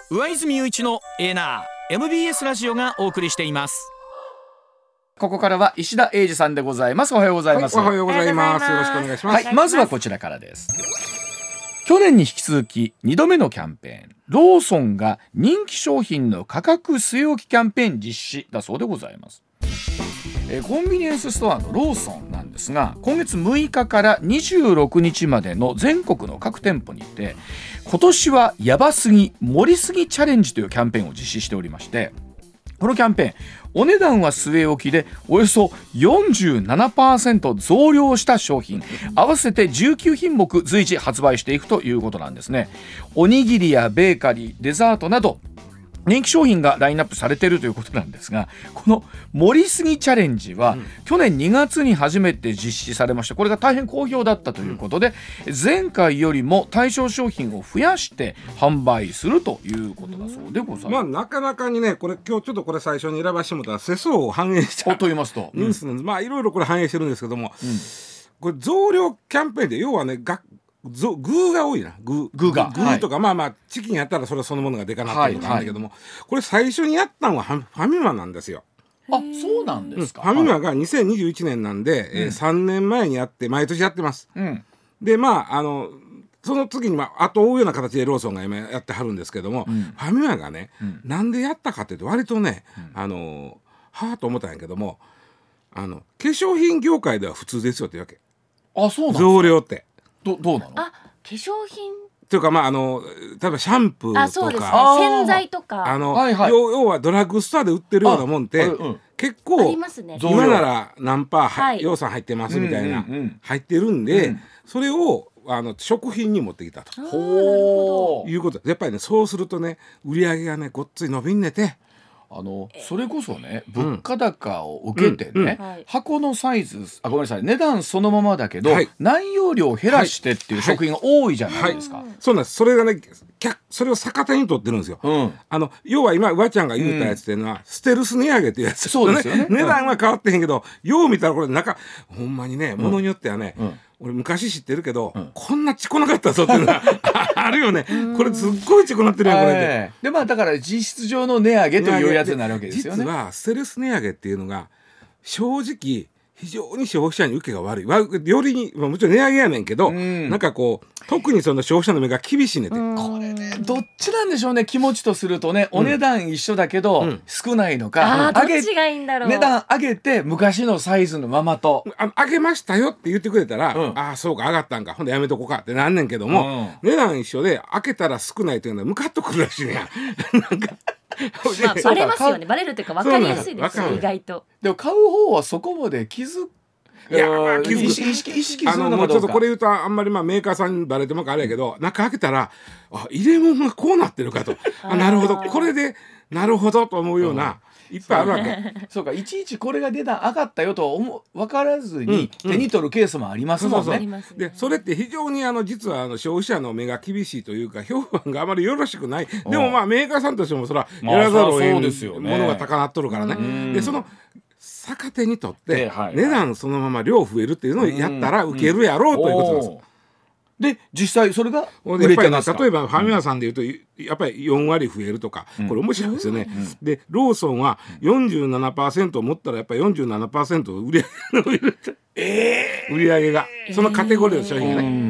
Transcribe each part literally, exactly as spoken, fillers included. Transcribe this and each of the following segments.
上泉雄一のエーナー エムビーエス ラジオがお送りしています。ここからは石田英二さんでございます。おはようございます。 はい、おはようございます。よろしくお願いします。 はい、まずはこちらからです。去年に引き続きにどめのキャンペーン、ローソンが人気商品の価格据え置きキャンペーン実施だそうでございます。えー、コンビニエンスストアのローソンなんですが、今月むいかからにじゅうろくにちまでの全国の各店舗にて、今年はやばすぎ盛りすぎチャレンジというキャンペーンを実施しておりまして、このキャンペーン、お値段は据え置きでおよそ よんじゅうななパーセント 増量した商品合わせてじゅうきゅうひんもく随時発売していくということなんですね。おにぎりやベーカリー、デザートなど人気商品がラインナップされているということなんですが、この盛りすぎチャレンジは、うん、去年にがつに初めて実施されまして、これが大変好評だったということで、うん、前回よりも対象商品を増やして販売するということだそうでございます。 まあ、なかなかにね、これ今日ちょっとこれ最初に選ばせてもらった世相を反映したと言いますと、 ニュースなんです。まあいろいろこれ反映してるんですけども、うん、これ増量キャンペーンで要はね、が具が多いな、具具が具とか、はい、まあまあチキンやったらそれはそのものがでかなってるとかなんだけども、はいはい、これ最初にやったのはファミマなんですよ。 あ、そうなんですか。 うん、ファミマがにせんにじゅういちねんなんで、うん、えー、さんねんまえにやって毎年やってます、うん、でまああのその次に、まあ、後を追うような形でローソンが今やってはるんですけども、うん、ファミマがね、うん、なんでやったかっていうと割とね、うん、あのはぁと思ったんやけども、あの化粧品業界では普通ですよってわけ。 あ、そうなんですか。 増量ってど, どうなの？ あ、化粧品というか、まあ、あの例えばシャンプーとか、 あ、そうですね、洗剤とか、 あの、 はいはい、 要, 要はドラッグストアで売ってるようなもんって、うん、結構ありますね。今なら何パー、はい、予算入ってますみたいな、うんうんうん、入ってるんで、うん、それをあの食品に持ってきたとほいうことで、やっぱりね、そうするとね、売り上げがねごっつい伸びんねて、 あのそれこそね、物価高を受けてね、うんうん、箱のサイズ、あ、ごめんなさい、値段そのままだけど、はい、内容量を減らしてっていう食品が多いじゃないですか、はいはい、 そうなんです。それがね、それを逆手に取ってるんですよ、うん、あの要は今わちゃんが言うたやつっていうのは、うん、ステルス値上げっていうやつ、 そうですよね、 値段は変わってへんけど、よう見たらこれ中ほんまにね、ものによってはね、うんうん、俺昔知ってるけど、うん、こんなちこなかったぞっていうのがあるよね。これすっごいちこなってるよこれで。 で、まあだから実質上の値上げというやつになるわけですよね。 実はステルス値上げっていうのが正直非常に消費者に受けが悪い。よりに、まあ、もちろん値上げやねんけど、うん、なんかこう特にその消費者の目が厳しいねって。 これね、どっちなんでしょうね、気持ちとするとね、お値段一緒だけど、うん、少ないのか、 あ、どっちがいいんだろう。 値段上げて昔のサイズのままと、 あ、上げましたよって言ってくれたら、うん、ああそうか、上がったんか、ほんでやめとこうかってなんねんけども、うん、値段一緒で開けたら少ないというのはムカッとくるらしいねやなんかまあ、バレますよね。バレるというか分かりやすいですよ、意外と。 でも買う方はそこまで気づく、 いや、まあ、気づく、 意識、意識、意識するのかどうか。 あの、もうちょっとこれ言うとあんまりまあメーカーさんにバレてもかあれやけど、中開けたら、あ、入れ物がこうなってるかと、あ、なるほど、これでなるほどと思うような、うん、いっぱいあるわけ。 そうか、いちいちこれが値段上がったよと思う分からずに手に取るケースもありますもんね。 で、それって非常にあの実はあの消費者の目が厳しいというか、評判があまりよろしくない。でもまあメーカーさんとしてもそれはやらざるを得ないものが高なっとるからね。で、その逆手にとって値段そのまま量増えるっていうのをやったら受けるやろうということなんです。 で、実際それが売れてますか。例えばファミマさんでいうと、うん、やっぱりよんわり増えるとか、これ面白いですよね、うんうん、でローソンは よんじゅうななパーセント を持ったらやっぱり よんじゅうななパーセント 売り上げが伸びる、えー、売り上げがそのカテゴリーの商品がね、うんうん、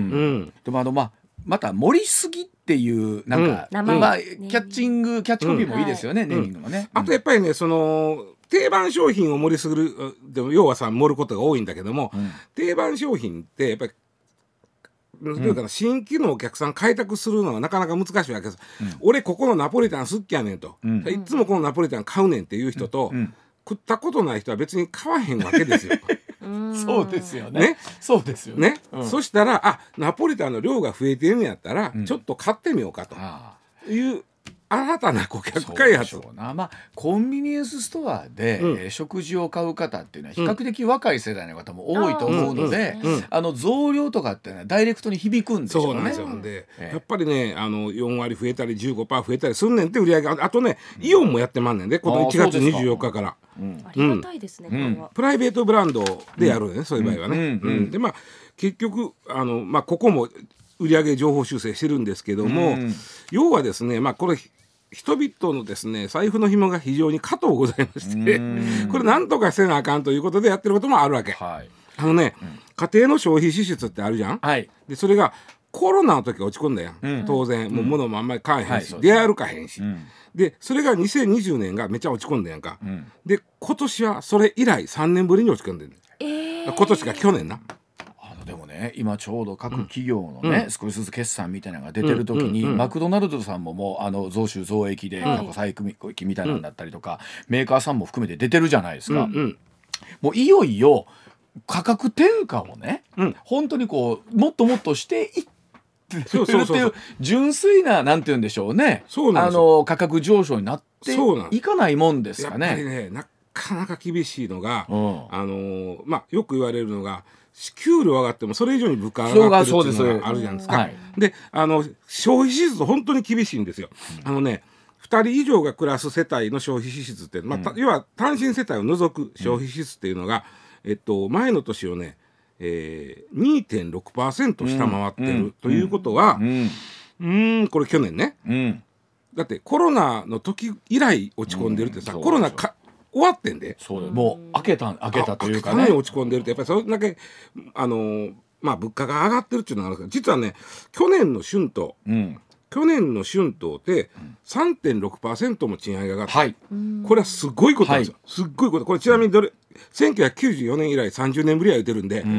でもあの、まあ、また盛りすぎっていうなんか、うん、まあ、キャッチングキャッチコピーもいいですよね、うん、ネーミングもね、 うん、あとやっぱりね、その定番商品を盛りすぎる、でも要はさ盛ることが多いんだけども、うん、定番商品ってやっぱりというか新規のお客さん開拓するのはなかなか難しいわけです、うん、俺ここのナポリタン好きやねんと、うん、いつもこのナポリタン買うねんっていう人と、うん、食ったことない人は別に買わへんわけですよそうですよね。そうですよね。 ね、うん、そしたらあナポリタンの量が増えてるんやったら、うん、ちょっと買ってみようかという新たな顧客開発。 そうでしょうな。まあ、コンビニエンスストアで、うんえー、食事を買う方っていうのは比較的若い世代の方も多いと思うので、うんうん、あの増量とかっていうのはダイレクトに響くんですよね。 そうなんですよ。で、えー、やっぱりねあのよんわり増えたり じゅうごパーセント 増えたりすんねんって売り上げ。あとね、うん、イオンもやってまんねんで、このいちがつにじゅうよっかから。 うん、ありがたいですね、うん、これはプライベートブランドでやるね、うん、そういう場合はね、うんうんうん、でまあ結局あの、まあ、ここも売上情報修正してるんですけども、うん、要はですね、まあ、これ人々のですね財布の紐が非常に堅うございましてこれなんとかせなあかんということでやってることもあるわけ、はい、あのね、うん、家庭の消費支出ってあるじゃん、はい、でそれがコロナの時は落ち込んだやん、うん、当然、うん、もう物もあんまり買えへんし、はい、出歩かへんし、うん、でそれがにせんにじゅうねんがめっちゃ落ち込んだやんか、うん、で今年はそれ以来さんねんぶりに落ち込んでる、えー、今年か去年な。 でもね今ちょうど各企業のね、うん、少しずつ決算みたいなのが出てる時に、うんうんうん、マクドナルドさんももうあの増収増益で過去最高益みたいなのだったりとか、うん、メーカーさんも含めて出てるじゃないですか、うんうん、もういよいよ価格転嫁をね、うん、本当にこうもっともっとしていってそうそうそうそう純粋ななんて言うんでしょうね、そうなんですよ、あの価格上昇になっていかないもんですかね。 やっぱりねなかなか厳しいのが、うん、あのまあ、よく言われるのが給料上がってもそれ以上に物価上がってるっていうのがあるじゃないですか。はい、であの消費支出本当に厳しいんですよ。うん、あのねふたり以上が暮らす世帯の消費支出って、まあ、うん、要は単身世帯を除く消費支出っていうのが、うん、えっと、前の年をね、えー、にてんろくパーセント 下回ってる、うん、ということは、うん、うーんこれ去年ね、うん、だってコロナの時以来落ち込んでるってさ、うん、コロナか終わってんで、 そうもう開けた開けたというかね、 かなり落ち込んでるとやっぱりそれだけあのー、まあ物価が上がってるっていうのがあるけど、実はね去年の春闘、うん、去年の春闘で さんてんろくパーセント も賃上げが上がった、はい、これはすごいことなんですよ、はい、すっごいこと。これちなみにどれせんきゅうひゃくきゅうじゅうよねん以来さんじゅうねんぶりは言ってるんで、うん、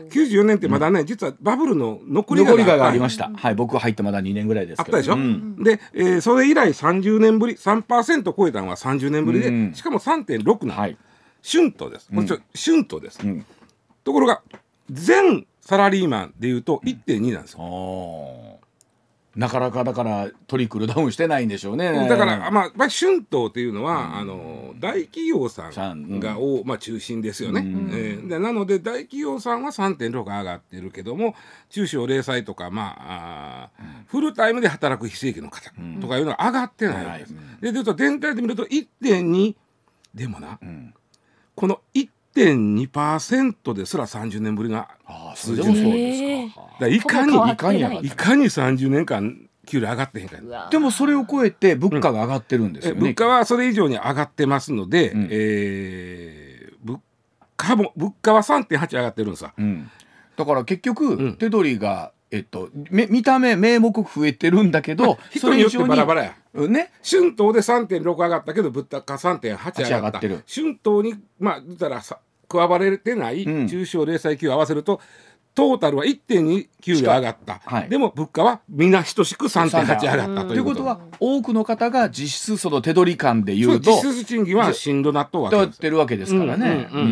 きゅうじゅうよねんってまだね、うん、実はバブルの残りが残りがありました、はい、僕入ってまだにねんぐらいですけどあったでしょ、うん、で、えー、それ以来さんじゅうねんぶり さんパーセント 超えたのはさんじゅうねんぶりで、うん、しかも さんてんろく な、はい、春闘です、これちょ、うん、春闘です、うん、ところが全サラリーマンでいうと いってんに なんですよ、うん、 なかなかだからトリクルダウンしてないんでしょうね。 だからまあ春闘っていうのは、うん、あの大企業さんが、うん、まあ、中心ですよね、うん、えー、でなので大企業さんは さんてんろく 上がってるけども中小零細とか、まあ、あ、うん、フルタイムで働く非正規の方とかいうのは上がってないわけです、うん、ででと全体で見ると いってんに でもな、うん、この いってんにパーセント ですらさんじゅうねんぶりの数字で、そうですか。だいかにいかにいかにさんじゅうねんかん給料上がってへんか。 でもそれを超えて物価が上がってるんですよね、 うん、物価はそれ以上に上がってますので、うん、えー、物価も物価は さんてんはち 上がってるんさ、うん、 だから結局、うん、手取りがえっと、見た目名目増えてるんだけど人によってバラバラや、ね、春闘で さんてんろく 上がったけど物価 さんてんはち 上がった。春闘にまあ言ったらさ加われてない中小零細企業合わせると、うん、トータルは いってんに 給料上がった、はい、でも物価はみんな等しく さんてんはち 上がったということ。 ということは多くの方が実質その手取り感でいうと実質賃金はしんどなっとわけです。 ってるわけですからね、うんうんうん、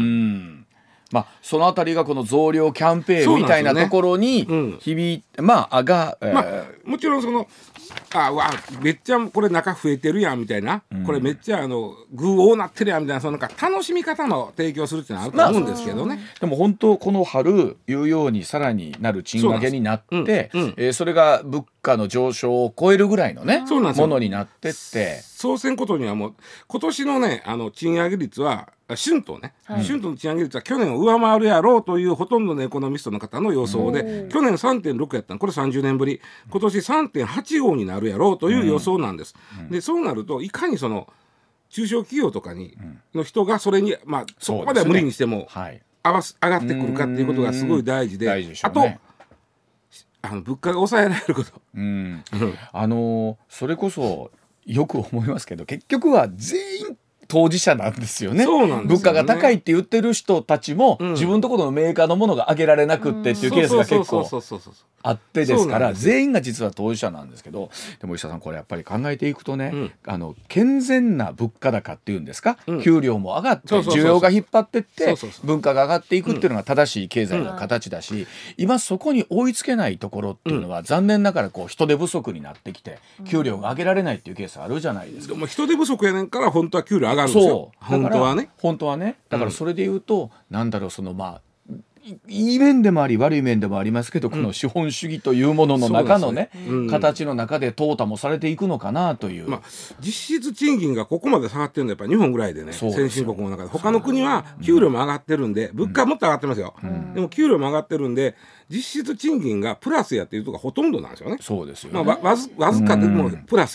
まあ、そのあたりがこの増量キャンペーンみたいなところに響いて、うん、まあが、えーまあ、もちろんそのあわめっちゃこれ中増えてるやんみたいな、うん、これめっちゃあのグーオーなってるやんみたいな、そのなんか楽しみ方の提供するっていうのはあると思うんですけどね、まあ、 でも本当この春いうようにさらになる賃上げになって、うんうん、えー、それが物価の上昇を超えるぐらいのねものになってって、 そうせんことにはもう今年のねあの賃上げ率は春闘ね、はい、春闘の賃上げ率は去年を上回るやろうというほとんどのエコノミストの方の予想で、去年 さんてんろく やったのこれさんじゅうねんぶり、今年 さんてんはちご になるやろうという予想なんです、うん、でそうなるといかにその中小企業とかにの人がそれに、まあ、そこまでは無理にしても合わす上がってくるかっていうことがすごい大事で、大事でしょうね。あとあの物価が抑えられること、 うんあのそれこそよく思いますけど結局は全員当事者なんですよね。 そうなんですよね。 物価が高いって言ってる人たちも、うん、自分のところのメーカーのものが上げられなくってっていうケースが結構あってですから全員が実は当事者なんですけど、でも石田さんこれやっぱり考えていくとね、うん、あの健全な物価高っていうんですか、うん、給料も上がって需要が引っ張ってって文化が上がっていくっていうのが正しい経済の形だし、うん、今そこに追いつけないところっていうのは、うん、残念ながらこう人手不足になってきて給料が上げられないっていうケースあるじゃないですか。 でも人手不足やねんから本当は給料上がるんですよ。本当はね本当はねだからそれで言うと、うん、なんだろうそのまあいい面でもあり悪い面でもありますけど、この資本主義というものの中のね、うん、形の中で淘汰もされていくのかなという、 まあ、実質賃金がここまで下がってるのはやっぱり日本ぐらいでね、先進国の中で他の国は給料も上がってるんで、うん、物価はもっと上がってますよ、うん、でも給料も上がってるんで実質賃金がプラスやっていうところがほとんどなんですよね。 そうですよね、 まあ、わ, わずわずかでもプラスやと、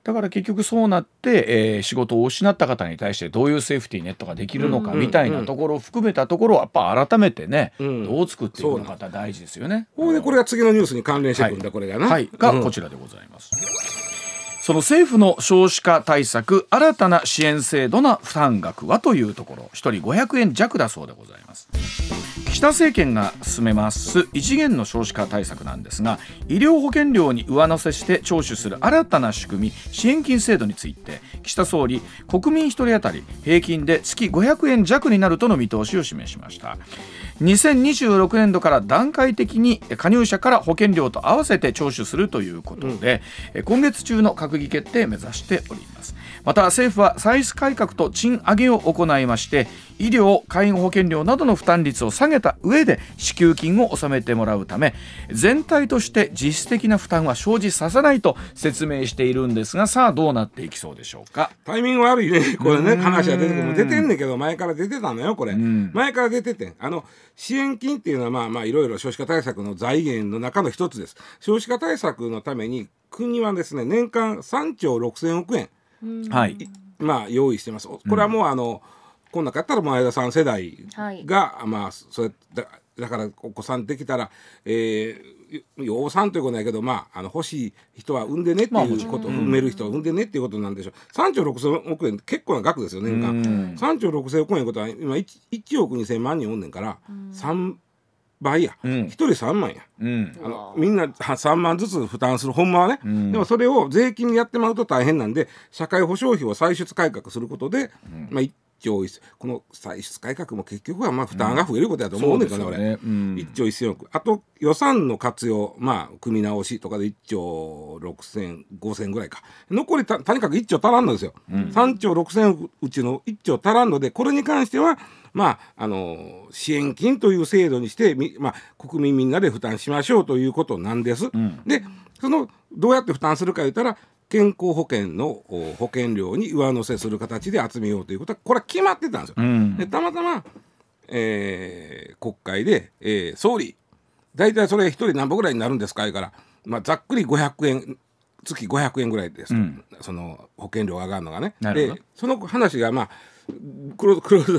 だから結局そうなって、えー仕事を失った方に対してどういうセーフティーネットができるのかうんみたいなところを含めたところをやっぱ改めてね、 うんどう作っていくのかって大事ですよね。 ほいでこれが次のニュースに関連してくるんだ、 はいこれがな、 はい、がうんこちらでございます。その政府の少子化対策新たな支援制度の負担額はというところひとりごひゃくえん弱だそうでございます。岸田政権が進めます異次元の少子化対策なんですが、医療保険料に上乗せして徴収する新たな仕組み支援金制度について岸田総理、国民ひとり当たり平均で月ごひゃくえん弱になるとの見通しを示しました。にせんにじゅうろくねんどから段階的に加入者から保険料と合わせて徴収するということで、うん、今月中の閣議決定を目指しております。また政府は歳出改革と賃上げを行いまして、医療・介護保険料などの負担率を下げた上で支給金を納めてもらうため、全体として実質的な負担は生じさせないと説明しているんですが、さあどうなっていきそうでしょうか。 タイミング悪いねこれね、話は出てくるもう出てんねんけど、前から出てたのよこれ、前から出ててん、あの支援金っていうのはまあまあいろいろ少子化対策の財源の中の一つです。少子化対策のために国はですね、年間さんちょうろくせんおくえん、 はい、 まあ用意してます。これはもうあの、こんなかったら前田さん世代が、はい、まあそれ だ, だからお子さんできたら、えー、養蚕ということないけど、まあ、あの欲しい人は産んでねっていうこと、まあ、産める人は産んでねっていうことなんでしょう。さんちょうろくせんおくえん結構な額ですよ年間。さんちょうろくせんおくえんことは今 1, いちおくにせんまんにんおんねんからさんばいや、うん、ひとりさんまんや、うん、あのみんなさんまんずつ負担するほんまはね、うん、でもそれを税金でやってもらうと大変なんで、社会保障費を歳出改革することで、うんまあ、この歳出改革も結局はまあ負担が増えることだと思うんだけど、うんねうん、いっちょうせんおく、あと予算の活用、まあ組み直しとかでいっちょうろくせんごせんぐらいか、残り た, とにかくいっちょう足らんのですよ、うん、さんちょうろくせんおくうちのいっちょう足らんので、これに関してはまああの支援金という制度にして、まあ、国民みんなで負担しましょうということなんです、うん、でそのどうやって負担するか言ったら、健康保険の保険料に上乗せする形で集めようということはこれは決まってたんですよ、うん、でたまたま、えー、国会で、えー、総理大体それひとり何歩ぐらいになるんですか言うから、まあ、ざっくりごひゃくえん月ごひゃくえんぐらいです、うん、その保険料が上がるのがね。でその話がまあ黒黒、うん、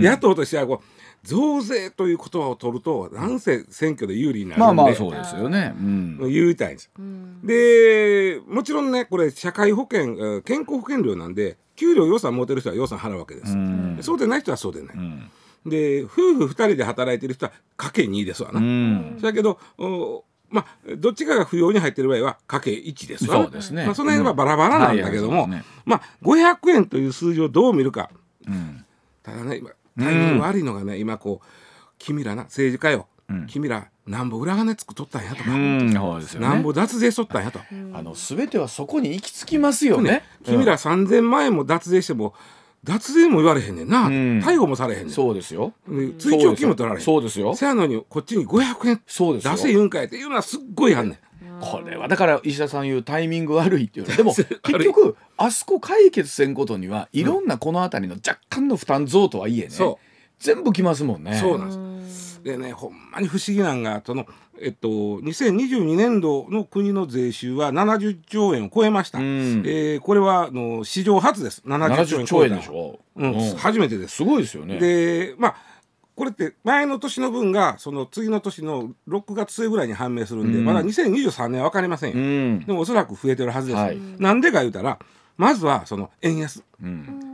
野党としてはこう増税という言葉を取るとなんせ選挙で有利になるんで、 まあまあそうですよね、うん、 言いたいんです、うん、でもちろんねこれ社会保険健康保険料なんで給料予算持てる人は予算払うわけです、うん、そうでない人はそうでない、うん、で夫婦ふたりで働いてる人はかけにですわな、うん、だけどまあ、どっちかが扶養に入っている場合はかけいちですわ、そうですね、まあ、その辺はバラバラなんだけども、うんはいね、まあ、ごひゃくえんという数字をどう見るか、うん、ただね今タイミング悪いのがね、うん、今こう君らな政治家よ、うん、君らなんぼ裏金つくとったんやとか、うんそうですよね、なんぼ脱税しとったんやと、 うん、あの全てはそこに行き着きますよね、ね君らさんぜんまんえんも脱税しても脱税も言われへんねんな、うん、逮捕もされへんねん、 そうですよ、 追徴金も取られへん、 そうですよ、 せやのにこっちにごひゃくえん出せ言うんかいっていうのはすっごいあんねん。 これはだから石田さん言うタイミング悪いっていうのでも結局あそこ解決せんことにはいろんなこのあたりの若干の負担増とはいえね、うん、全部きますもんね。 そうなんですでね、ほんまに不思議なんがその、えっと、にせんにじゅうにねんどの国の税収はななじゅっちょうえんを超えました、うんえー、これはあの史上初です。ななじゅっちょうえんでしょ、うんうん、初めてです。 すごいですよね。 でまあこれって前の年の分がその次の年のろくがつ末ぐらいに判明するんで、うん、まだにせんにじゅうさんねんは分かりませんよ、うん、でもおそらく増えてるはずです、はい、なんでか言うたらまずはその円安、うん、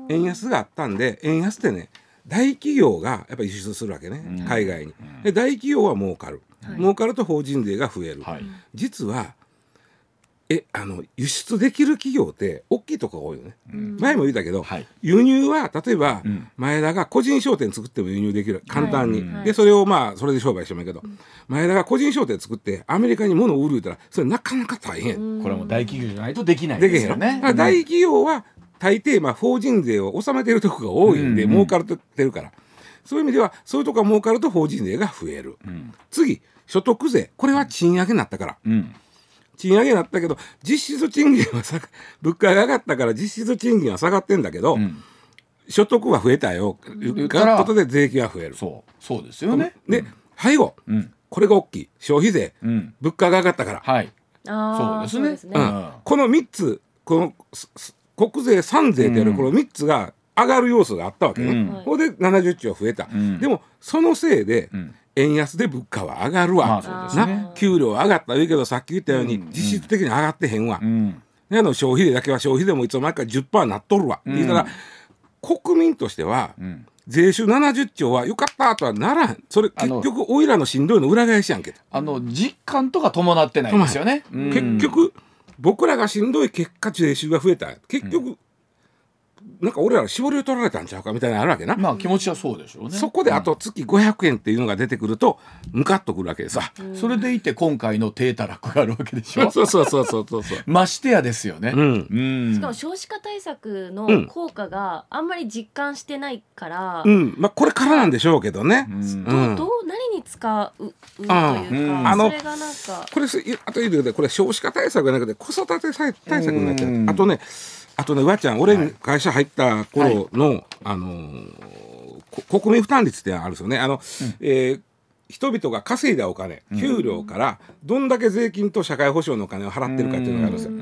円安があったんで、円安ってね大企業がやっぱり輸出するわけね、うん、海外にで大企業は儲かる、はい、儲かると法人税が増える、はい、実はえあの輸出できる企業って大きいとこが多いよね、うん、前も言ったけど、はい、輸入は例えば、うん、前田が個人商店作っても輸入できる簡単に、はい、でそれをまあそれで商売してもいいけど、うん、前田が個人商店作ってアメリカに物を売る言ったらそれなかなか大変、 うん、これはもう大企業じゃないとできないですよね。 だから大企業は大抵まあ法人税を納めてるとこが多いんで、うん、儲かってるから、そういう意味ではそういうとこが儲かると法人税が増える、うん、次所得税、これは賃上げになったから、うん賃上げになったけど実質賃金はさ物価が上がったから実質賃金は下がってんだけど、うん、所得は増えたよいうことで税金は増える。 そうそうですよね。 で、うん、背後、うん、これが大きい消費税、うん、物価が上がったから、 はい、あそうですね、 うん、このみっつこの国税産税というこのみっつが上がる要素があったわけね、 うんここでななじゅっちょう増えた、うん、でもそのせいで、うん円安で物価は上がるわ、まあそうですね、な給料上がったらいいけどさっき言ったように、うん、実質的に上がってへんわ、うん、あの消費税だけは消費税もいつの間にか じゅっパーセント なっとるわ、うん、言ったら国民としては、うん、税収ななじゅっちょうはよかったとはならん。それ結局おいらのしんどいの裏返しやんけど、 あの実感とか伴ってないですよね、 うん、結局僕らがしんどい結果税収が増えた結局、うんなんか俺ら絞りを取られたんちゃうかみたいなのあるわけな。 まあ気持ちはそうでしょうね。 そこであと月ごひゃくえんっていうのが出てくるとムカッとくるわけでさ、 うん、それでいて今回の低たらくがあるわけでしょそうそうそうそうそうそうましてやですよね、うんうん、しかも少子化対策の効果があんまり実感してないから、 うんうんまあ、これからなんでしょうけどね、 うんどうどう何に使うというか、うん、あのそれがなんかこれあと言うけどこれ少子化対策じゃなくて子育て対策になっちゃう、うん、あとねあとね、わちゃん、俺、はい、会社入った頃の、はい、あのー、国民負担率ってあるんですよね。あの、うんえー、人々が稼いだお金、給料からどんだけ税金と社会保障のお金を払ってるかっていうのがあるんですよ。うん、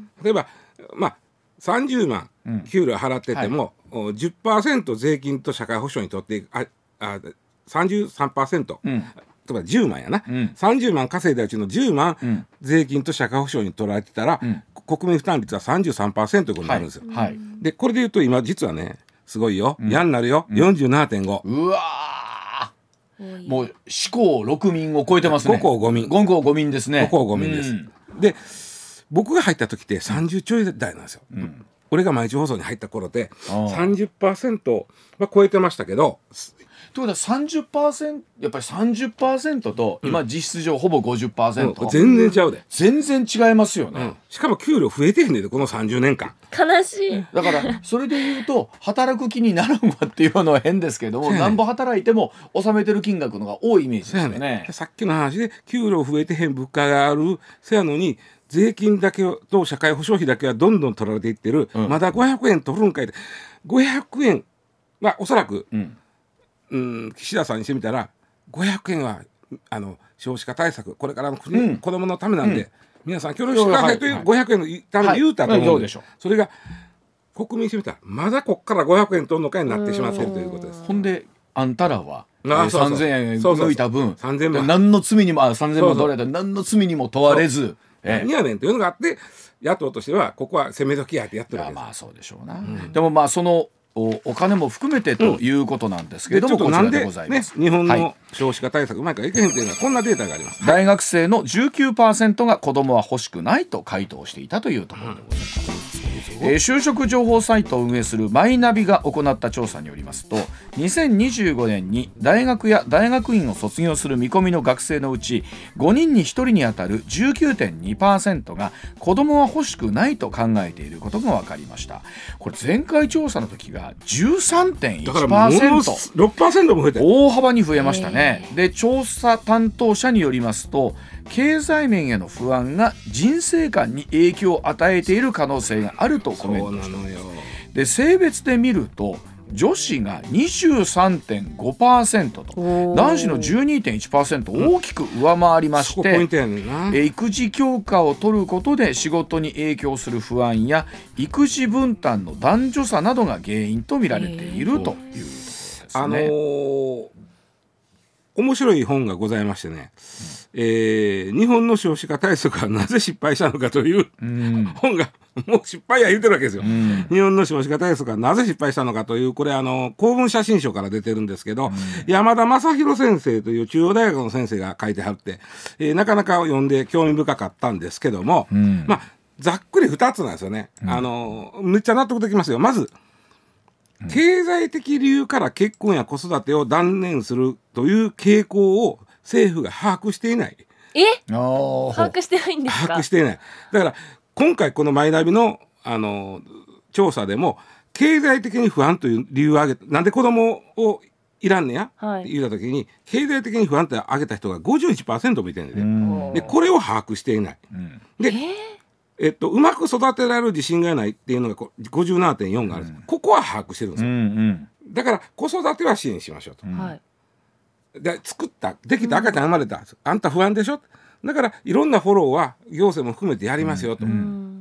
例えば、まあ、さんじゅうまん給料払ってても、うんはい、じゅっパーセント 税金と社会保障にとってああ さんじゅうさんパーセント、うん例えばじゅうまんやな、うん、さんじゅうまん稼いだうちのじゅうまん、うん、税金と社会保障に取られてたら、うん、国民負担率は さんじゅうさんパーセント になるんですよ、はいはい、でこれでいうと今実はねすごいよ、うん、やんなるよ、うん、よんじゅうななてんごうわーもう四項ろく民を超えてますね。 ご項ご民ご項ご民ですね。 ご項ご民です、うん、で僕が入った時ってさんじゅうちょい台なんですよ、うん、俺が毎日放送に入った頃で さんじゅっパーセント は超えてましたけどということは さんじゅっパーセント やっぱり さんじゅっパーセント と今実質上ほぼ ごじゅっパーセント、 うん、全然ちゃうで全然違いますよね、うん、 しかも給料増えてへんねんでこのさんじゅうねんかん悲しい。 だからそれで言うと働く気にならんわっていうのは変ですけどもなんぼ働いても納めてる金額のが多いイメージですよ ね, ねさっきの話で給料増えてへん物価があるせやのに税金だけと社会保障費だけはどんどん取られていってる、うん、まだごひゃくえん取るんかいでごひゃくえんはおそらく、うんうん、岸田さんにしてみたらごひゃくえんはあの少子化対策これからの国、うん、子どものためなんで、うん、皆さん協力してくださいというごひゃくえんのために言うたと思うんで、はいはい、それが国民にしてみたらまだこっからごひゃくえん取るのかになってしまっているということです。 ほんであんたらはさんぜんえん抜いた分さんぜんまん何の罪にもあさんぜんまん取られた何の罪にも問われず何やねんというのがあって野党としてはここは攻め時やってやってるわけです。 まあそうでしょうな、うん、でもまあそのお, お金も含めてということなんですけれども、うん、こちらでございます、 ね、日本の少子化対策うまいからいけへんというのはこんなデータがあります、 大学生の じゅうきゅうパーセント が子供は欲しくないと回答していたというところでございます、うんえー、就職情報サイトを運営するマイナビが行った調査によりますとにせんにじゅうごねんに大学や大学院を卒業する見込みの学生のうちごにんにひとりにあたる じゅうきゅうてんにパーセント が子供は欲しくないと考えていることが分かりました。これ前回調査の時が じゅうさんてんいちパーセントろくパーセント も増えて大幅に増えましたね。で調査担当者によりますと経済面への不安が人生観に影響を与えている可能性があるとコメントしています。で性別で見ると女子が にじゅうさんてんごパーセント と男子の じゅうにてんいちパーセント 大きく上回りまして、うん、育児休暇を取ることで仕事に影響する不安や育児分担の男女差などが原因と見られているというところですね。 あのー、面白い本がございましてね、うんえー、日本の少子化対策はなぜ失敗したのかという、うん、本がもう失敗や言うてるわけですよ、うん、日本の少子化対策はなぜ失敗したのかというこれあの公文写真書から出てるんですけど、うん、山田正弘先生という中央大学の先生が書いてはって、えー、なかなか読んで興味深かったんですけども、うん、まあざっくりふたつなんですよね、うん、あのめっちゃ納得できますよ。まず経済的理由から結婚や子育てを断念するという傾向を政府が把握していない。 え把握してないんですか。 把握していない。だから今回このマイナビの、あの調査でも経済的に不安という理由を挙げてなんで子供をいらんねや、はい、って言った時に経済的に不安って挙げた人が ごじゅういちパーセント もいてるんで、でこれを把握していない、うん、で、えーえっと、うまく育てられる自信がないっていうのが ごじゅうななてんよん があるんです、うん、ここは把握してるんですよ、うんうん、だから子育ては支援しましょうと、うんで作ったできた赤ちゃん生まれた、うん、あんた不安でしょだからいろんなフォローは行政も含めてやりますよと、うん、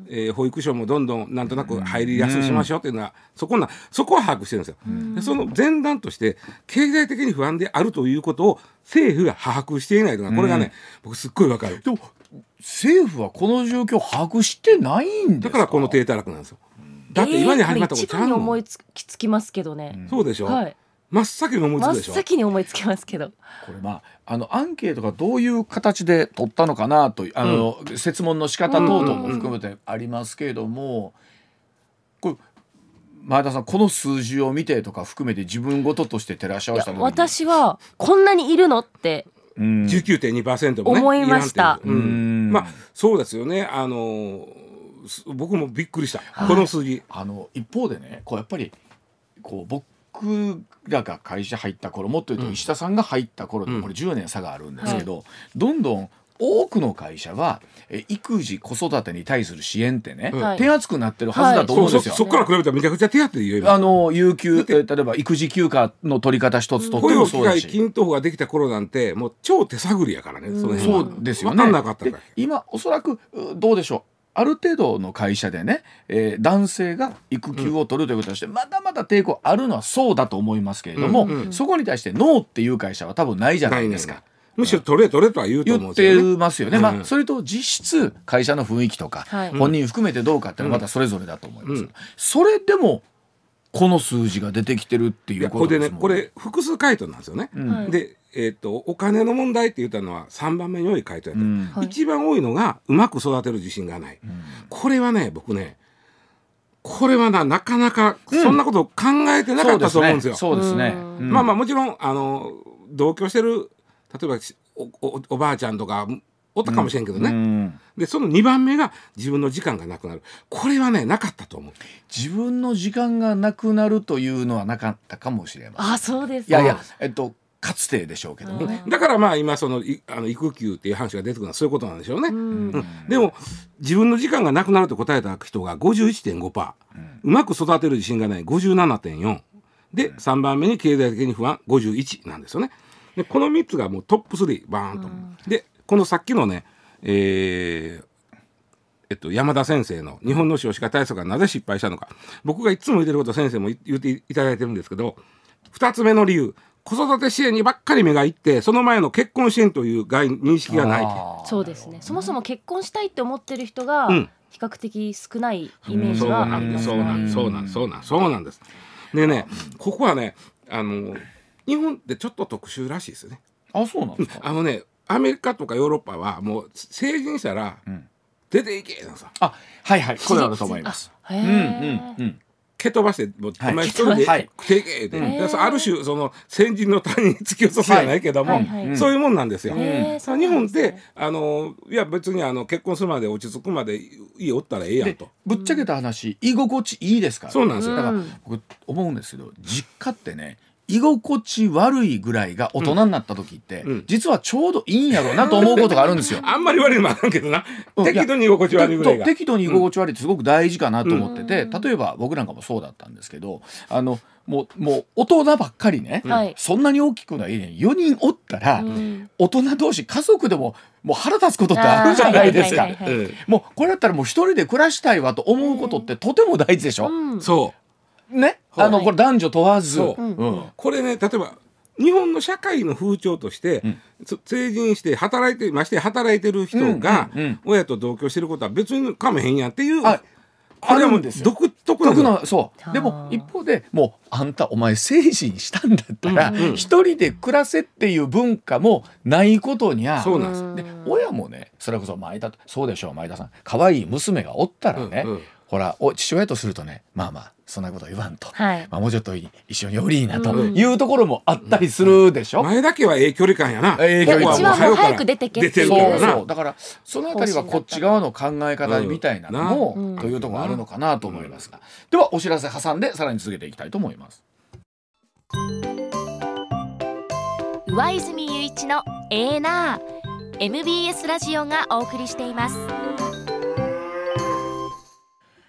えー保育所もどんどんなんとなく入りやすくしましょうっていうのは、そこなそこは把握してるんですよ。でその前段として経済的に不安であるということを政府が把握していないとか、これがね、僕すっごいわかる。 でも政府はこの状況を把握してないんですか。 だからこの低たらくなんですよ。だって今に始まったことちゃうの、 えー、これ一番に思いつきますけどね、 うんそうでしょ、 はい、 真っ先に思いつ真っくでしょ。 先に思いつきますけど、 これまああのアンケートがどういう形で取ったのかなというあの、うん、設問の仕方等々も含めてありますけれども、これ前田さんこの数字を見てとか含めて自分事として照らし合わせた時に私はこんなにいるのってうん、 じゅうきゅうてんにパーセント もね思いました。 うん、まあそうですよね。あの僕もびっくりした、はい、この数字。 あの一方でね、こうやっぱりこう僕らが会社入った頃、もっと言うと石田さんが入った頃で、うん、これじゅうねん差があるんですけど、うん、どんどん多くの会社はえ育児子育てに対する支援ってね、はい、手厚くなってるはずだと思うんですよ、 はい、そ, そ, そこから比べたらめちゃくちゃ手厚いよ今。 あの有給例えば育児休暇の取り方一つとってもそうだし、 雇用機会均等法ができた頃なんてもう超手探りやからね、その辺は。 そうですよね。 分かんなかったから。 今おそらくどうでしょう、ある程度の会社でね、えー、男性が育休を取るということとして、うん、まだまだ抵抗あるのはそうだと思いますけれども、うんうん、そこに対してノーっていう会社は多分ないじゃないですか。 むしろ取れ取れとは言うと思うんですよね。 言ってますよね、うん、まあ、それと実質会社の雰囲気とか、はい、本人含めてどうかっていうのはまたそれぞれだと思います、うん、それでもこの数字が出てきてるっていうことですもんね。 これね、これ複数回答なんですよね、うん、で、えー、とお金の問題って言ったのはさんばんめに多い回答やった、うんはい、一番多いのがうまく育てる自信がない、うん、これはね僕ねこれは な, なかなかそんなことを考えてなかったと思うんですよ。 そうですね、 うん、まあまあもちろんあの同居してる例えば お, お, おばあちゃんとかおったかもしれんけどね、うん、でそのにばんめが自分の時間がなくなる。これはねなかったと思う。 自分の時間がなくなるというのはなかったかもしれません。 あ、そうですか。いやいや、えっとかつてでしょうけどもね。だからまあ今そのいあの育休っていう話が出てくるのはそういうことなんでしょうね、うんうん、でも自分の時間がなくなると答えた人が ごじゅういってんごパーセント、うん、うまく育てる自信がない ごじゅうななてんよん でさんばんめに経済的に不安ごじゅういちなんですよね。でこのみっつがもうトップスリーバーンと、うん、でこのさっきのね、えーえっと、山田先生の日本の少子化対策がなぜ失敗したのか、僕がいつも言ってることを先生も言っていただいてるんですけど、ふたつめの理由、子育て支援にばっかり目がいってその前の結婚支援という概認識がない。 そうですね、そもそも結婚したいって思ってる人が比較的少ないイメージはありますね。 そうなんです、そうなんです、そうなんです、そうなんです。でね、ここはねあの日本ってちょっと特殊らしいですよね。 あ、そうなんですか。 あのねアメリカとかヨーロッパはもう成人したら出ていけなんさ、 うん、あ、はいはい、これだと思います。 へー、うんうんうん、蹴飛ばしてもう、はい、お前一人で出ていけって、はい、ある種その先人の谷に突き落とすじゃないけども、はいはいはい、そういうもんなんですよ。日本ってあのいや別にあの結婚するまで落ち着くまで家おったらええやんと。 ぶっちゃけた話、居心地いいですから、ね、 そうなんですよ。 だから僕思うんですけど、実家ってね居心地悪いぐらいが大人になった時って、うん、実はちょうどいいんやろうなと思うことがあるんですよ。 あんまり悪いのもあるけどな、適度に居心地悪いぐらいが、 適度に居心地悪いってすごく大事かなと思ってて、うん、例えば僕なんかもそうだったんですけど、あのもう、もう大人ばっかりね、うん、そんなに大きくないねよにんおったら、うん、大人同士家族でももう腹立つことってあるじゃないですか。もうこれだったらもう一人で暮らしたいわと思うことってとても大事でしょ、うん、 そうね、あのこれ男女問わず、 そう、うん、これね例えば日本の社会の風潮として、うん、成人して働いてまして働いてる人が親と同居してることは別にかめへんやんっていう、あこれはもう独特なの。 そうでも一方でもうあんたお前成人したんだったら、うんうん、一人で暮らせっていう文化もないことにゃ。 そうなんです。 で親もねそれこそ前田そうでしょう前田さん可愛い娘がおったらね、うんうん、ほらお父親とするとねまあまあそんなこと言わんと、はい、まあ、もうちょっと一緒におりいなというところもあったりするでしょ、 うんうん、前だけはええ距離感やな。 ええ距離感。うちはもう早く出てけっていう。 そうそうだからそのあたりはこっち側の考え方みたいなのも、うん、というところあるのかなと思いますが、うん、ではお知らせ挟んでさらに続けていきたいと思います。 上泉雄一のエーナー エムビーエス ラジオがお送りしています。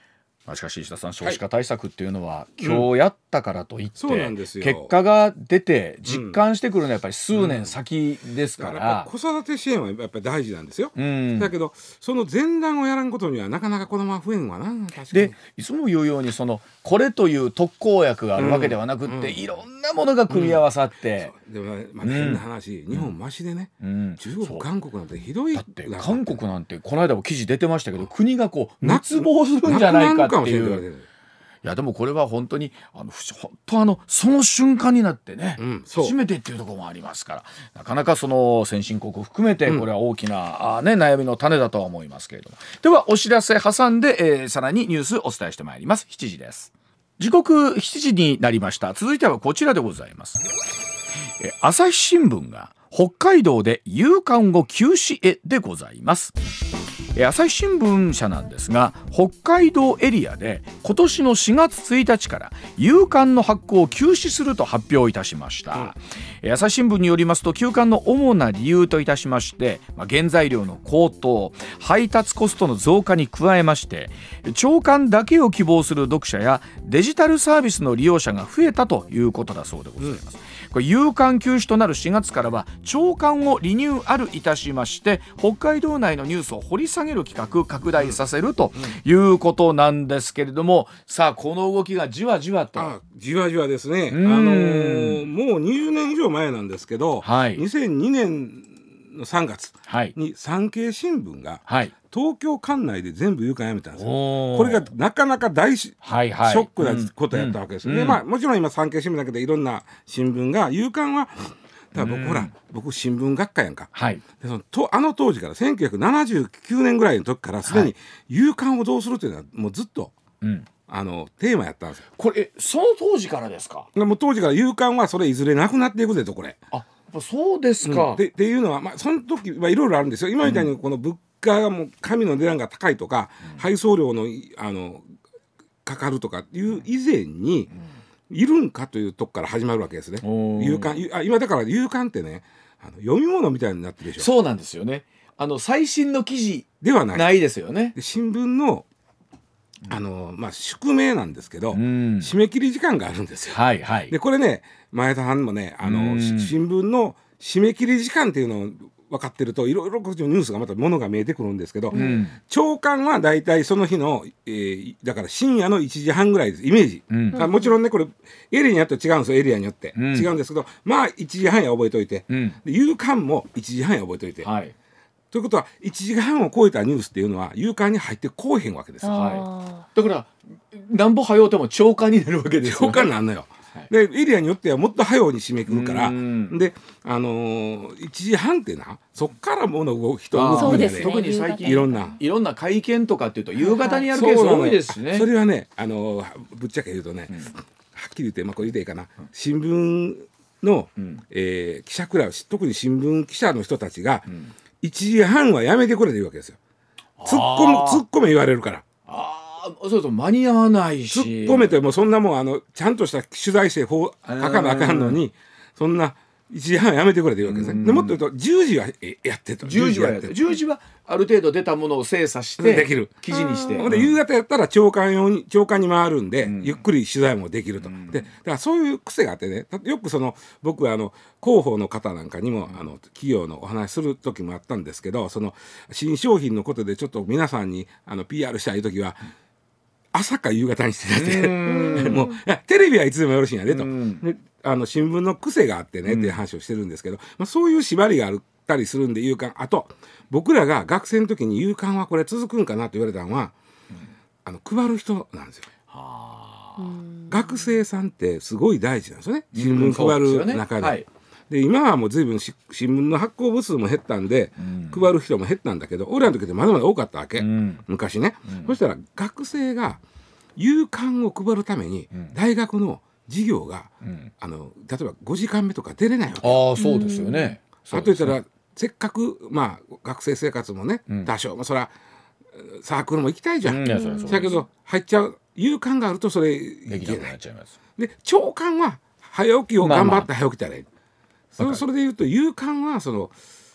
まあ、しかし石田さん、少子化対策っていうのは、はい、今日やったからといって、 そうなんですよ。 結果が出て実感してくるのはやっぱり数年先ですから、うん、だからやっぱ子育て支援はやっぱり大事なんですよ、 うん、 だけどその前段をやらんことにはなかなか子供は増えんわな。確かにでいつも言うようにそのこれという特効薬があるわけではなくって、うんうん、いろんなものが組み合わさって、 うん、でも、まあ、変な話、うん、日本マシでね、うん、中国韓国なんてひどい。 だって韓国なんてこの間も記事出てましたけど、国がこう滅亡するんじゃないかっていう。いやでもこれは本当にあの本当あのその瞬間になってね、うん、初めてっていうところもありますから、なかなかその先進国含めてこれは大きな、うん、ね、悩みの種だとは思いますけれども、ではお知らせ挟んで、えー、さらにニュースお伝えしてまいります。しちじです。時刻しちじになりました。続いてはこちらでございます。えー、朝日新聞が北海道で夕刊を休止へでございます。朝日新聞社なんですが、北海道エリアで今年のしがつついたちから夕刊の発行を休止すると発表いたしました、うん、朝日新聞によりますと、休刊の主な理由といたしまして、まあ、原材料の高騰、配達コストの増加に加えまして、朝刊だけを希望する読者やデジタルサービスの利用者が増えたということだそうでございます、うん。これ夕刊休止となるしがつからは朝刊をリニューアルいたしまして、北海道内のニュースを掘り下げる企画拡大させるということなんですけれども、さあこの動きがじわじわと、 あじわじわですね。あのー、もうにじゅうねん以上前なんですけど、はい、にせんにねんのさんがつに産経新聞が、はい、東京管内で全部夕刊やめたんですよ。これがなかなか大シ、はいはい、ショックなことやったわけですよね、うんうん。まあ、もちろん今産経新聞だけでいろんな新聞が夕刊はだから僕、うん、ほら僕新聞学科やんか、はい、でそのとあの当時からせんきゅうひゃくななじゅうきゅうねんぐらいの時からすでに夕刊をどうするというのはもうずっと、うん、あのテーマやったんですよ。 これその当時からですか？ もう当時から夕刊はそれいずれなくなっていくぜと。これあそうですか、 うん、でっていうのは、まあ、その時はいろいろあるんですよ。今みたいにこの物価がもう紙の値段が高いとか、うん、配送料の、あのかかるとかいう以前に、うん、いるんかというとこから始まるわけですね。夕刊あ今だから夕刊ってね、あの読み物みたいになってるでしょ。 そうなんですよね。あの最新の記事ではない、ないですよね。 で新聞のあのまあ、宿命なんですけど、うん、締め切り時間があるんですよ、はいはい、でこれね前田さんもねあの、うん、新聞の締め切り時間っていうのを分かってるといろいろこっちのニュースがまたものが見えてくるんですけど、うん、朝刊はだいたいその日の、えー、だから深夜のいちじはんぐらいですイメージ、うん、もちろんねこれエリアによって違うんですよ。エリアによって、うん、違うんですけど、まあいちじはんや覚えといて、うん、で夕刊もいちじはんや覚えといて、はい、ということは、いちじはんを超えたニュースっていうのは夕刊に入ってこうへんわけですよ。 はい、だからなんぼ早うても朝刊になるわけですよ、 ね。朝刊なんのよ。はい、でエリアによってはもっと早うに締めくるから、で、あのー、いちじはんってな、そっからものを人動くんで、ね、 特に最近いろんないろんな会見とかっていうと夕方にやるケース多いですしね。 それはね、あのー、ぶっちゃけ言うとね、うん、はっきり言って、まあ、これ言っていいかな、新聞の、うんえー、記者クラブ、特に新聞記者の人たちが、うんいちじはんはやめてくれというわけですよ。突っ込む突っ込め言われるから。 ああ、そうそう間に合わないし。 突っ込めてもそんなもんあのちゃんとした取材して書かなあかんのに、そんないちじはんはやめてくれというわけですね。でもっと言うとじゅうじはやってと。 じゅうじはやってじゅうじはある程度出たものを精査してできる記事にして。 で夕方やったら朝刊用に朝刊に回るんで、うん、ゆっくり取材もできると。うん、でだからそういう癖があってね、よくその僕はあの広報の方なんかにもあの企業のお話する時もあったんですけど、その新商品のことでちょっと皆さんにあの ピーアール したい時は。朝か夕方にしててもういやテレビはいつでもよろしいんやでと、であの新聞の癖があってねっていう話をしてるんですけど、まあ、そういう縛りがあったりするんで夕刊、あと僕らが学生の時に夕刊はこれ続くんかなと言われたのは、うん、あの配る人なんですよ。は学生さんってすごい大事なんですよね、新聞配る中で。うん、はい、で今はもう随分新聞の発行部数も減ったんで、うん、配る人も減ったんだけど、俺らの時ってまだまだ多かったわけ、うん、昔ね、うん、そしたら学生が夕刊を配るために大学の授業が、うん、あの例えばごじかんめとか出れないわけ。 ああそうですよね。 あと言ったらせっかく、まあ、学生生活もね、うん、多少、まあ、そらサークルも行きたいじゃん、うん、だけど入っちゃう夕刊があるとそれできなくなっちゃいます。 で朝刊は早起きを頑張って早起きたらいい、まあまあ、それそれで言うと夕刊はその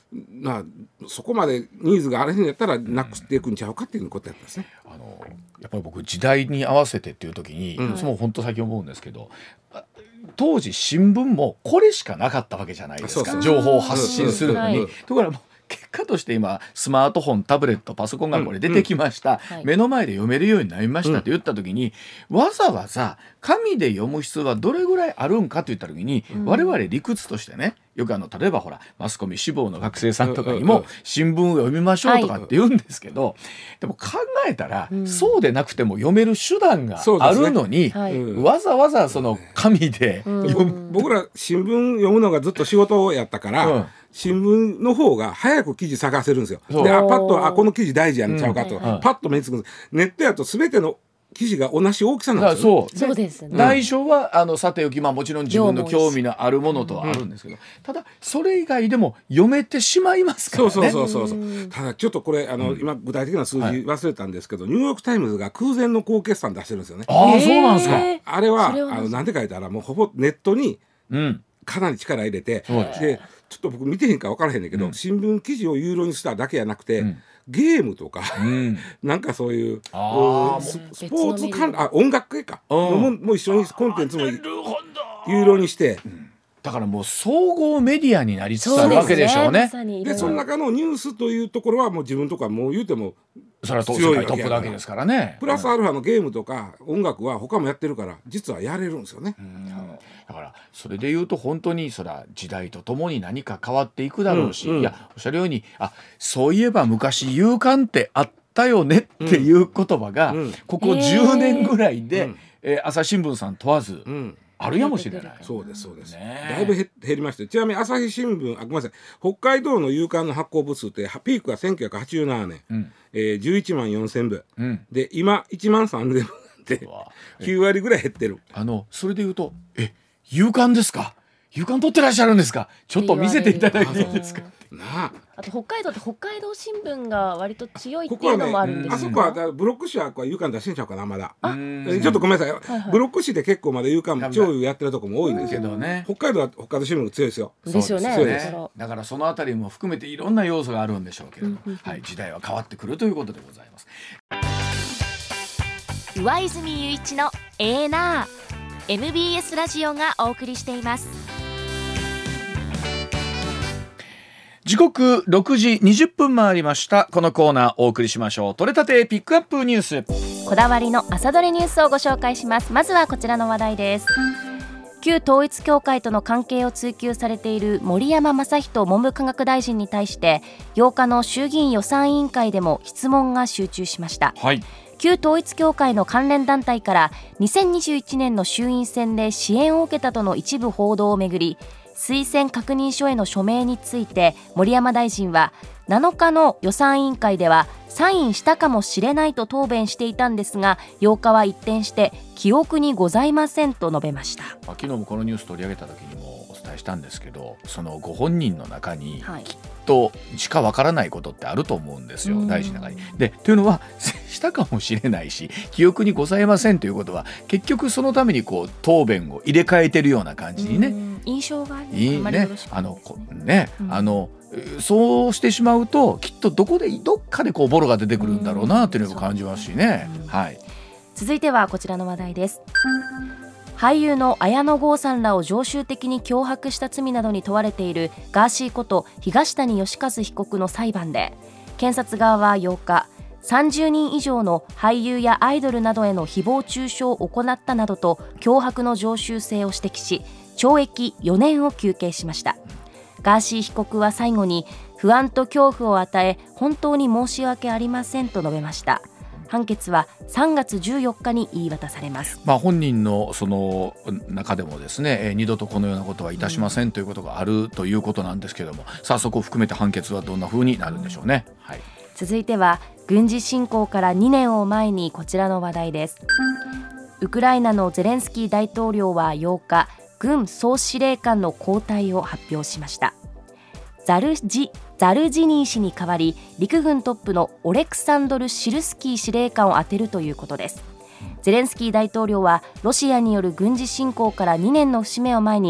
まあ、そこまでニーズがあれにやったらなくしていくんちゃうかっていうことやったんですね。 あのやっぱり僕時代に合わせてっていう時に、 うん、 いつも本当最近思うんですけど、当時新聞もこれしかなかったわけじゃないですか、情報を発信するのに、ところがもう結果として今スマートフォン、タブレット、パソコンがこれ出てきました、うんうん、目の前で読めるようになりましたと言った時に、うん、わざわざ紙で読む必要はどれぐらいあるんかといった時に、うん、我々理屈としてね、よくあの例えばほらマスコミ志望の学生さんとかにも新聞を読みましょうとかって言うんですけど、はい、でも考えたら、うん、そうでなくても読める手段があるのに、ね、はい、わざわざその紙で読む、 うん、僕ら新聞読むのがずっと仕事やったから、うん、新聞の方が早く記事探せるんですよ。で、あ、パッと、あ、この記事大事やんちゃうかと、うん、パッと目につくんです。ネットやと全ての記事が同じ大きさなんですよ、ね、 そう、そうですね。 内容はあのさておき、まあ、もちろん自分の興味のあるものとはあるんですけど、うん、ただそれ以外でも読めてしまいますからね。 そうそうそうそう。ただちょっとこれあの、うん、今具体的な数字忘れたんですけど、はい、ニューヨークタイムズが空前の高決算出してるんですよね。 ああ、そうなんですか。 あれはあのなんでか言ったらもうほぼネットにかなり力入れて、うん、でちょっと僕見てへんから分からへんねんけど、うん、新聞記事を有料にしただけじゃなくて、うん、ゲームとか、うん、なんかそういうス, スポーツ関あ音楽系かのもも一緒にコンテンツも有料にして、うん、 だからもう総合メディアになりつつあるわけでしょうね。 でその中のニュースというところはもう自分とかもう言うてもそれは世界トップだけですからね。 プラスアルファのゲームとか音楽は他もやってるから実はやれるんですよね。うん、 だからそれで言うと本当にそら時代とともに何か変わっていくだろうし、うんうん、いやおっしゃるように、あ、そういえば昔夕刊ってあったよねっていう言葉が、うん、ここじゅうねんぐらいで、えーえー、朝日新聞さん問わず、うん、あるやもしれない。 そうですそうです、ね、だいぶ減りまして、ちなみに朝日新聞、あ、ごめんなさい、北海道の夕刊の発行部数ってピークはせんきゅうひゃくはちじゅうななねん、うん、えー、じゅういちまんよんせんぶ、うん、で今いちまんさんぜんぶできゅうわりぐらい減ってる。 あのそれでいうと、え、夕刊ですか、夕刊取ってらっしゃるんですか、ちょっと見せていただいていいですか。 なあ、 あと北海道って北海道新聞が割と強いっていうのもあるんですよ、 ね、あそこはブロック紙は夕刊出してんちゃうかなまだ。ちょっとごめんなさい、はいはい、ブロック紙で結構まだ夕刊超やってるとこも多いんですけど、ね、北海道は北海道新聞が強いですよ。 ですよね。 強いです。 だからそのあたりも含めていろんな要素があるんでしょうけれども、はい、時代は変わってくるということでございます。 上泉雄一のエーナー エムビーエス ラジオがお送りしています。 時刻ろくじにじゅっぷん回りました。このコーナーお送りしましょう。取れたてピックアップニュース。 こだわりの朝どれニュースをご紹介します。まずはこちらの話題です。旧統一教会との関係を追及されている森山正人文部科学大臣に対してようかの衆議院予算委員会でも質問が集中しました。 はい、 旧統一教会の関連団体からにせんにじゅういちねんの衆院選で支援を受けたとの一部報道をめぐり、推薦確認書への署名について森山大臣はなのかの予算委員会ではサインしたかもしれないと答弁していたんですが、ようかは一転して記憶にございませんと述べました。 昨日もこのニュース取り上げた時にもお伝えしたんですけど、そのご本人の中にきっとしかわからないことってあると思うんですよ、はい、大臣の中に。でというのはしたかもしれないし記憶にございませんということは結局そのためにこう答弁を入れ替えてるような感じにね、 印象が、ね、 いいね、あのね、うん、あのそうしてしまうときっとどこでどっかでこうボロが出てくるんだろうなというのを感じますしね、うん、はい、 続いてはこちらの話題です。俳優の綾野剛さんらを常習的に脅迫した罪などに問われているガーシーこと東谷義和被告の裁判で、検察側はようかさんじゅうにん以上の俳優やアイドルなどへの誹謗中傷を行ったなどと脅迫の常習性を指摘し懲役よねんを求刑しました。ガーシー被告は最後に不安と恐怖を与え本当に申し訳ありませんと述べました。判決はさんがつじゅうよっかに言い渡されます。 まあ、本人のその中でもですね、えー、二度とこのようなことはいたしませんということがあるということなんですけれども、さあそこを含めて判決はどんな風になるんでしょうね。はい、 続いては軍事侵攻からにねんを前にこちらの話題です。ウクライナのゼレンスキー大統領はようか軍総司令官の交代を発表しました。ザルジザルジニー氏に代わり陸軍トップのオレクサンドル・シルスキー司令官を充てるということです。ゼレンスキー大統領はロシアによる軍事侵攻からにねんの節目を前に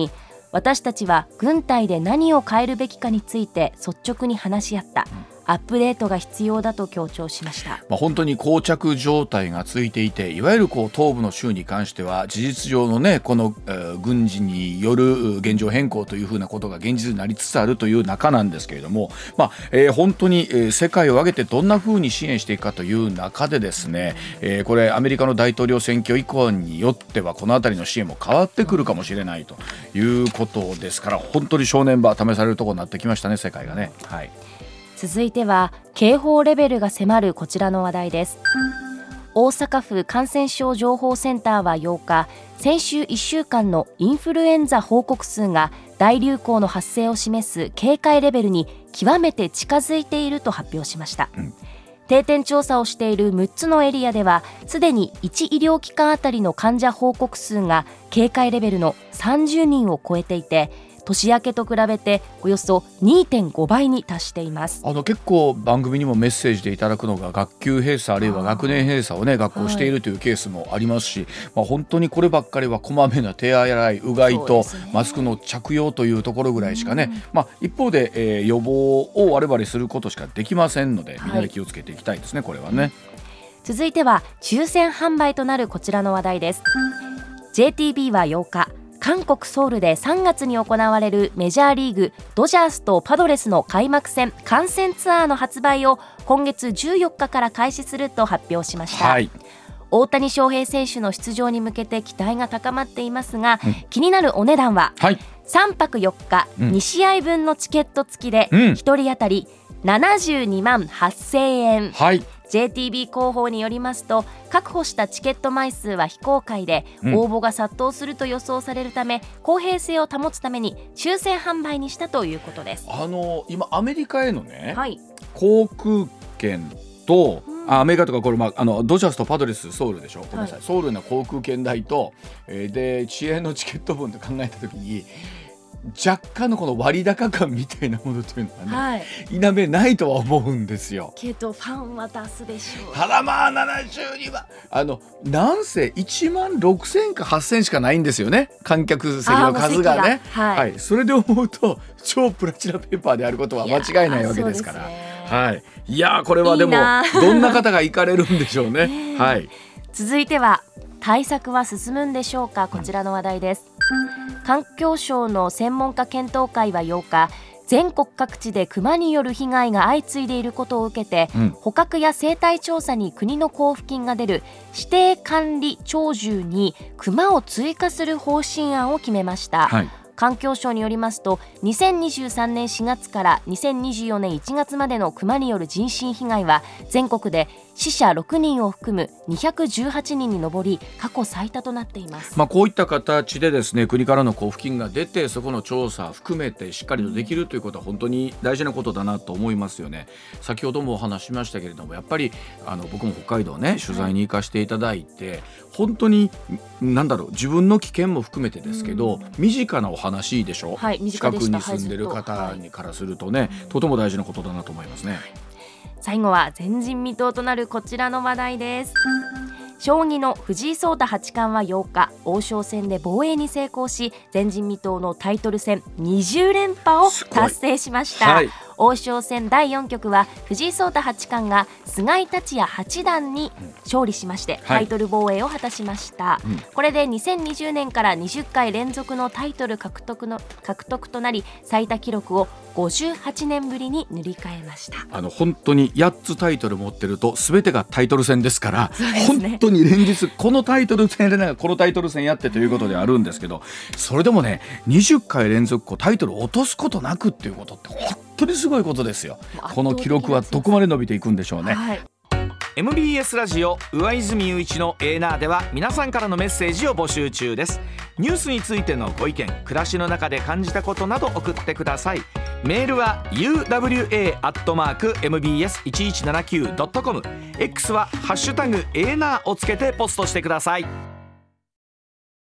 私たちは軍隊で何を変えるべきかについて率直に話し合った。アップデートが必要だと強調しました。 まあ、本当に膠着状態が続いていて、いわゆるこう東部の州に関しては事実上のねこの、えー、軍事による現状変更というふうなことが現実になりつつあるという中なんですけれども、まあえー、本当に、えー、世界を挙げてどんなふうに支援していくかという中でですね、えー、これアメリカの大統領選挙以降によってはこのあたりの支援も変わってくるかもしれないということですから、本当に正念場試されるところになってきましたね、世界がね。はい。 続いては警報レベルが迫るこちらの話題です。大阪府感染症情報センターはようか、先週いっしゅうかんのインフルエンザ報告数が大流行の発生を示す警戒レベルに極めて近づいていると発表しました、うん、定点調査をしているむっつのエリアではすでにいち医療機関あたりの患者報告数が警戒レベルのさんじゅうにんを超えていて、年明けと比べておよそ にてんごばいに達しています。 あの結構番組にもメッセージでいただくのが学級閉鎖あるいは学年閉鎖をね学校しているというケースもありますし、はい、まあ、本当にこればっかりはこまめな手洗いうがいとマスクの着用というところぐらいしかね、うん、まあ、一方で、えー、予防を我々することしかできませんので、みんなで気をつけていきたいですね、はい、これはね。 続いては抽選販売となるこちらの話題です。 ジェイティービー はようか、韓国ソウルでさんがつに行われるメジャーリーグドジャースとパドレスの開幕戦観戦ツアーの発売を今月じゅうよっかから開始すると発表しました、はい、大谷翔平選手の出場に向けて期待が高まっていますが、うん、気になるお値段は、はい、さんぱくよっか、うん、にしあいぶんのチケット付きでひとり当たりななじゅうにまんはっせんえん、はい、ジェイティービー 広報によりますと、確保したチケット枚数は非公開で、うん、応募が殺到すると予想されるため公平性を保つために抽選販売にしたということです。 あの今アメリカへのね、はい、航空券と、うん、アメリカとかこれ、まあ、あのドジャースとパドレスソウルでしょ、ごめんなさい、はい、ソウルの航空券代と、えー、で遅延のチケット分と考えたときに若干のこの割高感みたいなものというのはね、はい、否めないとは思うんですよ。 けどファンは出すでしょう。 ただまあななじゅうにまん、あのなんせいちまんろくせんかはっせんしかないんですよね、観客席の数がね、が、はいはい、それで思うと超プラチナペーパーであることは間違いないわけですから、はい、いやこれはでもどんな方が行かれるんでしょうね、はい、 続いては対策は進むんでしょうか、こちらの話題です。環境省の専門家検討会はようか、全国各地でクマによる被害が相次いでいることを受けて、うん、捕獲や生態調査に国の交付金が出る指定管理鳥獣にクマを追加する方針案を決めました、はい、環境省によりますとにせんにじゅうさんねんしがつからにせんにじゅうよねんいちがつまでのクマによる人身被害は全国で死者ろくにんを含むにひゃくじゅうはちにんに上り過去最多となっています。 まあ、こういった形でですね、国からの交付金が出てそこの調査含めてしっかりとできるということは本当に大事なことだなと思いますよね。先ほどもお話しましたけれども、やっぱりあの僕も北海道ね取材に行かせていただいて、はい、本当になんだろう、自分の危険も含めてですけど、身近なお話でしょ、はい、近くに住んでる方にからするとね、はい、とても大事なことだなと思いますね。 最後は前人未到となるこちらの話題です。将棋の藤井聡太八冠はようか、王将戦で防衛に成功し前人未到のタイトル戦にじゅうれんぱを達成しました、はい、王将戦だいよんきょくは藤井聡太八冠が菅井竜也八段に勝利しましてタイトル防衛を果たしました、はい、これでにせんにじゅうねんからにじゅっかい連続のタイトル獲得の獲得となり、最多記録をごじゅうはちねんぶりに塗り替えました。 あの本当にやっつタイトル持ってると全てがタイトル戦ですから、ね、本当に連日このタイトル戦やれないこのタイトル戦やってということであるんですけど、それでもねにじゅっかい連続こうタイトルを落とすことなくっていうことって本当にすごいことですよ。この記録はどこまで伸びていくんでしょうね、はい。 エムビーエス ラジオ上泉雄一のエーナーでは皆さんからのメッセージを募集中です。ニュースについてのご意見、暮らしの中で感じたことなど送ってください。メールは ユーダブリューエー アットマーク エムビーエスいちいちななきゅう ドットコム、 X はハッシュタグエーナーをつけてポストしてください。